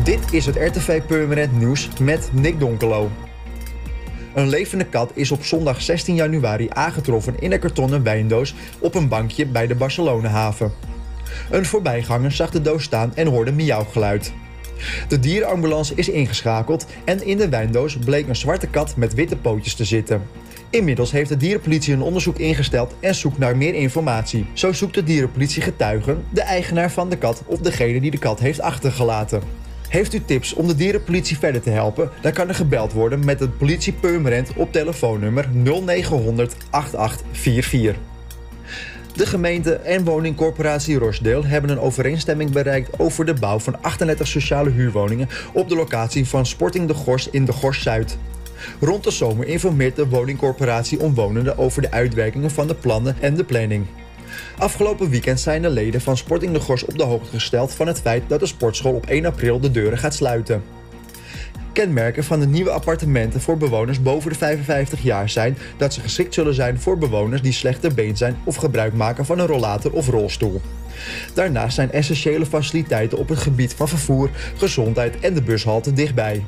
Dit is het RTV Purmerend Nieuws met Nick Donkelo. Een levende kat is op zondag 16 januari aangetroffen in een kartonnen wijndoos op een bankje bij de Barcelonahaven. Een voorbijganger zag de doos staan en hoorde miauwgeluid. De dierenambulance is ingeschakeld en in de wijndoos bleek een zwarte kat met witte pootjes te zitten. Inmiddels heeft de dierenpolitie een onderzoek ingesteld en zoekt naar meer informatie. Zo zoekt de dierenpolitie getuigen, de eigenaar van de kat of degene die de kat heeft achtergelaten. Heeft u tips om de dierenpolitie verder te helpen? Dan kan er gebeld worden met de politie Purmerend op telefoonnummer 0900 8844. De gemeente en woningcorporatie Rochdale hebben een overeenstemming bereikt over de bouw van 38 sociale huurwoningen op de locatie van Sporting de Gorst in de Gorst Zuid. Rond de zomer informeert de woningcorporatie omwonenden over de uitwerkingen van de plannen en de planning. Afgelopen weekend zijn de leden van Sporting de Gorst op de hoogte gesteld van het feit dat de sportschool op 1 april de deuren gaat sluiten. Kenmerken van de nieuwe appartementen voor bewoners boven de 55 jaar zijn dat ze geschikt zullen zijn voor bewoners die slecht ter been zijn of gebruik maken van een rollator of rolstoel. Daarnaast zijn essentiële faciliteiten op het gebied van vervoer, gezondheid en de bushalte dichtbij.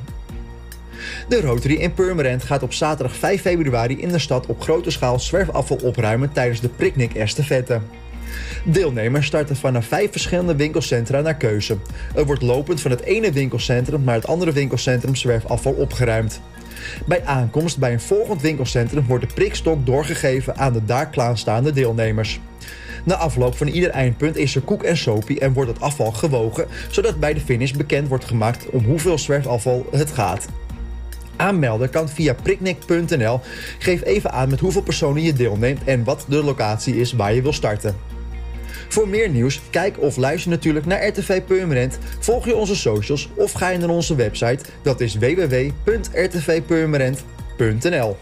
De Rotary in Purmerend gaat op zaterdag 5 februari in de stad op grote schaal zwerfafval opruimen tijdens de Picnic Estafette. Deelnemers starten vanaf 5 verschillende winkelcentra naar keuze. Er wordt lopend van het ene winkelcentrum naar het andere winkelcentrum zwerfafval opgeruimd. Bij aankomst bij een volgend winkelcentrum wordt de prikstok doorgegeven aan de daar klaarstaande deelnemers. Na afloop van ieder eindpunt is er koek en sopie en wordt het afval gewogen, zodat bij de finish bekend wordt gemaakt om hoeveel zwerfafval het gaat. Aanmelden kan via picnic.nl. Geef even aan met hoeveel personen je deelneemt en wat de locatie is waar je wil starten. Voor meer nieuws, kijk of luister natuurlijk naar RTV Purmerend, volg je onze socials of ga je naar onze website, dat is www.rtvpurmerend.nl.